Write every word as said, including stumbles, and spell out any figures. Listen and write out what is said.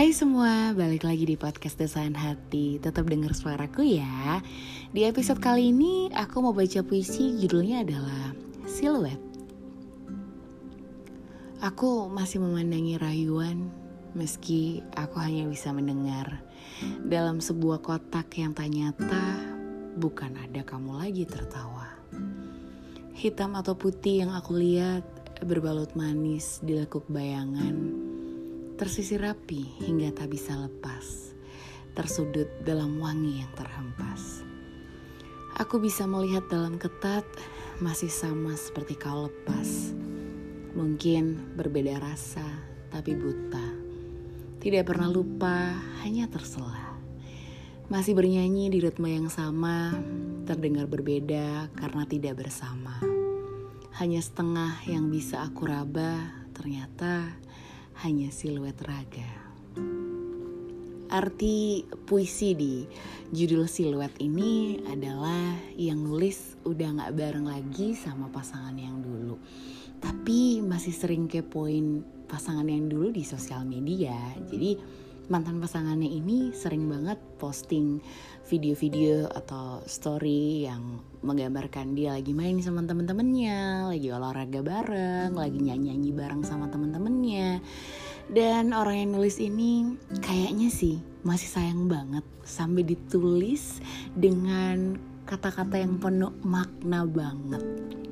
Hai semua, balik lagi di podcast Desain Hati. Tetap dengar suaraku ya. Di episode kali ini aku mau baca puisi, judulnya adalah Siluet. Aku masih memandangi rayuan, meski aku hanya bisa mendengar. Dalam sebuah kotak yang tak nyata, bukan ada kamu lagi tertawa. Hitam atau putih yang aku lihat berbalut manis di lekuk bayangan, tersisir rapi hingga tak bisa lepas, tersudut dalam wangi yang terhempas. Aku bisa melihat dalam ketat, masih sama seperti kau lepas. Mungkin berbeda rasa, tapi buta. Tidak pernah lupa, hanya tersela. Masih bernyanyi di ritme yang sama, terdengar berbeda karena tidak bersama. Hanya setengah yang bisa aku raba, ternyata hanya siluet raga. Arti puisi di judul Siluet ini adalah yang nulis udah gak bareng lagi sama pasangan yang dulu, tapi masih sering kepoin pasangan yang dulu di sosial media. Jadi mantan pasangannya ini sering banget posting video-video atau story yang menggambarkan dia lagi main sama temen-temennya, lagi olahraga bareng, lagi nyanyi-nyanyi bareng sama temen-temennya. Dan orang yang nulis ini kayaknya sih masih sayang banget, sampai ditulis dengan kata-kata yang penuh makna banget.